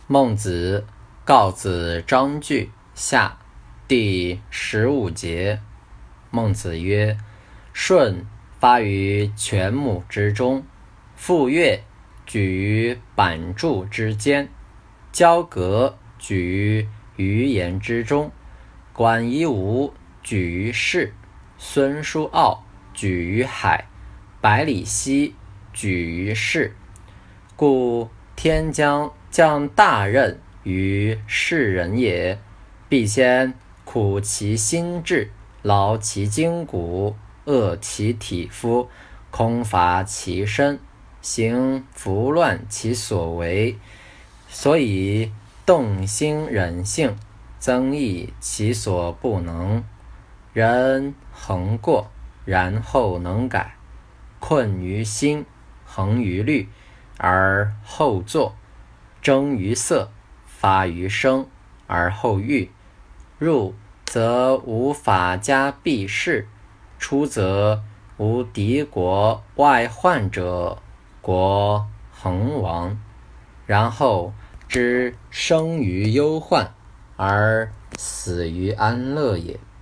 孟子告子章句下第15节。孟子曰：舜发于犬母之中，傅说举于版柱之间，交革举于鱼言之中，管夷吾举于市，孙叔敖举于海，百里奚举于市。故天将降大任于世人也，必先苦其心志，劳其筋骨，饿其体肤，空乏其身，行拂乱其所为，所以动心忍性，增益其所不能。人恒过，然后能改，困于心，恒于虑，而后作，征于色，发于声，而后喻。入则无法家必士，出则无敌国外患者，国恒亡。然后知生于忧患，而死于安乐也。